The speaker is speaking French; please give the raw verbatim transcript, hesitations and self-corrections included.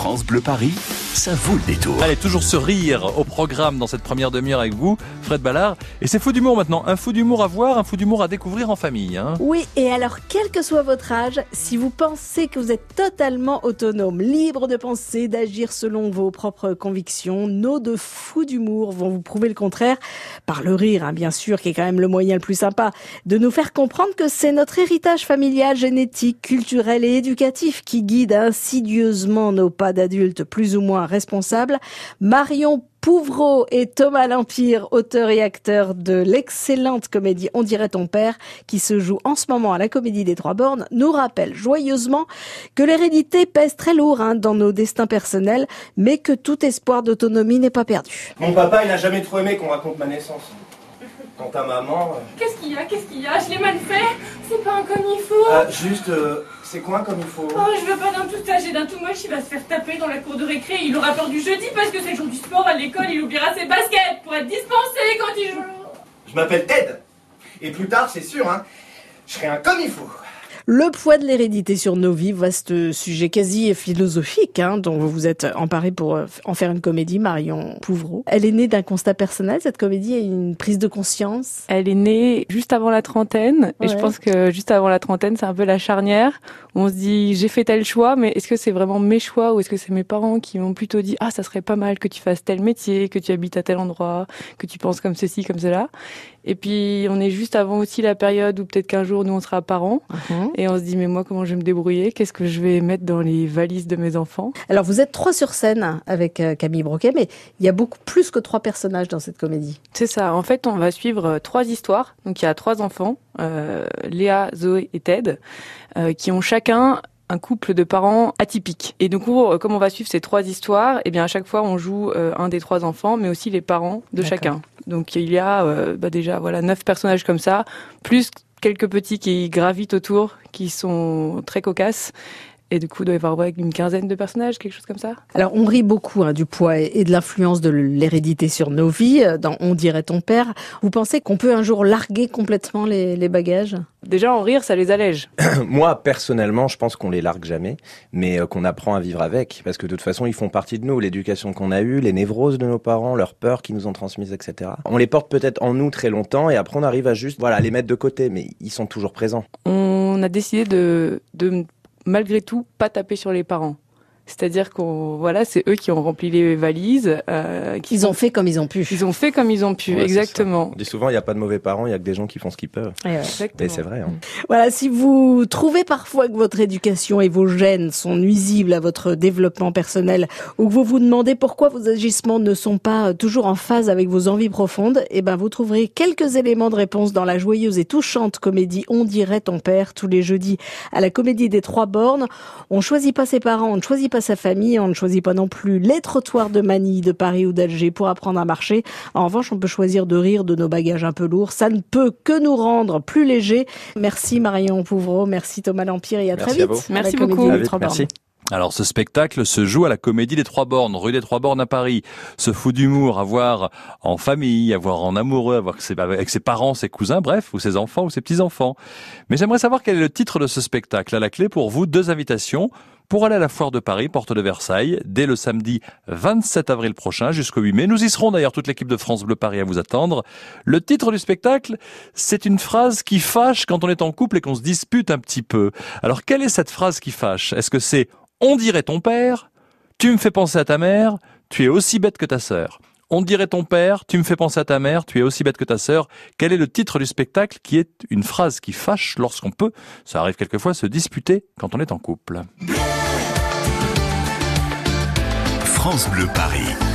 France Bleu Paris, ça vaut le détour. Allez, toujours se rire au programme dans cette première demi-heure avec vous, Fred Ballard. Et c'est Fou d'humour maintenant. Un fou d'humour à voir, un fou d'humour à découvrir en famille. Hein. Oui, et alors, quel que soit votre âge, si vous pensez que vous êtes totalement autonome, libre de penser, d'agir selon vos propres convictions, nos deux fous d'humour vont vous prouver le contraire, par le rire, hein, bien sûr, qui est quand même le moyen le plus sympa, de nous faire comprendre que c'est notre héritage familial, génétique, culturel et éducatif qui guide insidieusement nos pas d'adultes plus ou moins responsables. Marion Pouvreau et Thomas L'Empire, auteurs et acteurs de l'excellente comédie On dirait ton père, qui se joue en ce moment à la Comédie des Trois Bornes, nous rappellent joyeusement que l'hérédité pèse très lourd hein, dans nos destins personnels, mais que tout espoir d'autonomie n'est pas perdu. Mon papa, il n'a jamais trop aimé qu'on raconte ma naissance. Quant à maman... Euh... Qu'est-ce qu'il y a Qu'est-ce qu'il y a Je l'ai mal fait. C'est pas un comme il faut. Euh, juste, euh, c'est quoi un comme il faut? Oh, je veux pas d'un tout âgé, d'un tout moche, il va se faire taper dans la cour de récré. Il aura peur du jeudi parce que c'est le jour du sport à l'école. Il oubliera ses baskets pour être dispensé quand il joue. Je m'appelle Ted. Et plus tard, c'est sûr, hein, je serai un comme il faut. Le poids de l'hérédité sur nos vies, vaste sujet quasi philosophique, hein, dont vous vous êtes emparé pour en faire une comédie, Marion Pouvreau. Elle est née d'un constat personnel, cette comédie, et une prise de conscience. Elle est née juste avant la trentaine, et ouais. je pense que juste avant la trentaine, c'est un peu la charnière, où on se dit, j'ai fait tel choix, mais est-ce que c'est vraiment mes choix, ou est-ce que c'est mes parents qui m'ont plutôt dit, ah, ça serait pas mal que tu fasses tel métier, que tu habites à tel endroit, que tu penses comme ceci, comme cela. Et puis, on est juste avant aussi la période où peut-être qu'un jour, nous, on sera parents. Uh-huh. Et on se dit, mais moi, comment je vais me débrouiller? Qu'est-ce que je vais mettre dans les valises de mes enfants? Alors, vous êtes trois sur scène avec euh, Camille Broquet, mais il y a beaucoup plus que trois personnages dans cette comédie. C'est ça. En fait, on va suivre trois histoires. Donc, il y a trois enfants, euh, Léa, Zoé et Ted, euh, qui ont chacun un couple de parents atypiques. Et du coup, comme on va suivre ces trois histoires, eh bien, à chaque fois, on joue euh, un des trois enfants, mais aussi les parents de D'accord. chacun. Donc, il y a euh, bah, déjà voilà neuf personnages comme ça, plus quelques petits qui gravitent autour, qui sont très cocasses. Et du coup, il doit y avoir ouais, une quinzaine de personnages, quelque chose comme ça. Alors, on rit beaucoup hein, du poids et de l'influence de l'hérédité sur nos vies, dans On dirait ton père. Vous pensez qu'on peut un jour larguer complètement les, les bagages? Déjà, en rire, ça les allège. Moi, personnellement, je pense qu'on les largue jamais, mais euh, qu'on apprend à vivre avec. Parce que de toute façon, ils font partie de nous. L'éducation qu'on a eue, les névroses de nos parents, leurs peurs qu'ils nous ont transmises, et cetera. On les porte peut-être en nous très longtemps et après, on arrive à juste voilà, les mettre de côté, mais ils sont toujours présents. On a décidé de... de malgré tout, pas taper sur les parents. C'est-à-dire qu'on, voilà, c'est eux qui ont rempli les valises. Euh, qui ils sont... ont fait comme ils ont pu. Ils ont fait comme ils ont pu, ouais, exactement. On dit souvent, il n'y a pas de mauvais parents, il y a que des gens qui font ce qu'ils peuvent. Et, ouais. Et c'est vrai. Hein. Voilà, si vous trouvez parfois que votre éducation et vos gènes sont nuisibles à votre développement personnel, ou que vous vous demandez pourquoi vos agissements ne sont pas toujours en phase avec vos envies profondes, eh ben, vous trouverez quelques éléments de réponse dans la joyeuse et touchante comédie On dirait ton père, tous les jeudis à la Comédie des Trois Bornes. On choisit pas ses parents, on ne choisit pas sa famille, on ne choisit pas non plus les trottoirs de Manille, de Paris ou d'Alger pour apprendre à marcher. En revanche, on peut choisir de rire de nos bagages un peu lourds. Ça ne peut que nous rendre plus légers. Merci Marion Pouvreau, merci Thomas L'Empire et à merci très à vite. Merci beaucoup. À vite, merci. Alors, ce spectacle se joue à la Comédie des Trois Bornes, rue des Trois Bornes à Paris. Ce fou d'humour à voir en famille, à voir en amoureux, à voir avec ses parents, ses cousins, bref, ou ses enfants ou ses petits-enfants. Mais j'aimerais savoir quel est le titre de ce spectacle. À la clé, pour vous, deux invitations pour aller à la Foire de Paris, porte de Versailles, dès le samedi vingt-sept avril prochain jusqu'au huit mai. Nous y serons d'ailleurs, toute l'équipe de France Bleu Paris à vous attendre. Le titre du spectacle, c'est une phrase qui fâche quand on est en couple et qu'on se dispute un petit peu. Alors, quelle est cette phrase qui fâche? Est-ce que c'est On dirait ton père, tu me fais penser à ta mère, tu es aussi bête que ta sœur. On dirait ton père, tu me fais penser à ta mère, tu es aussi bête que ta sœur. Quel est le titre du spectacle qui est une phrase qui fâche lorsqu'on peut, ça arrive quelquefois, se disputer quand on est en couple? France Bleu Paris.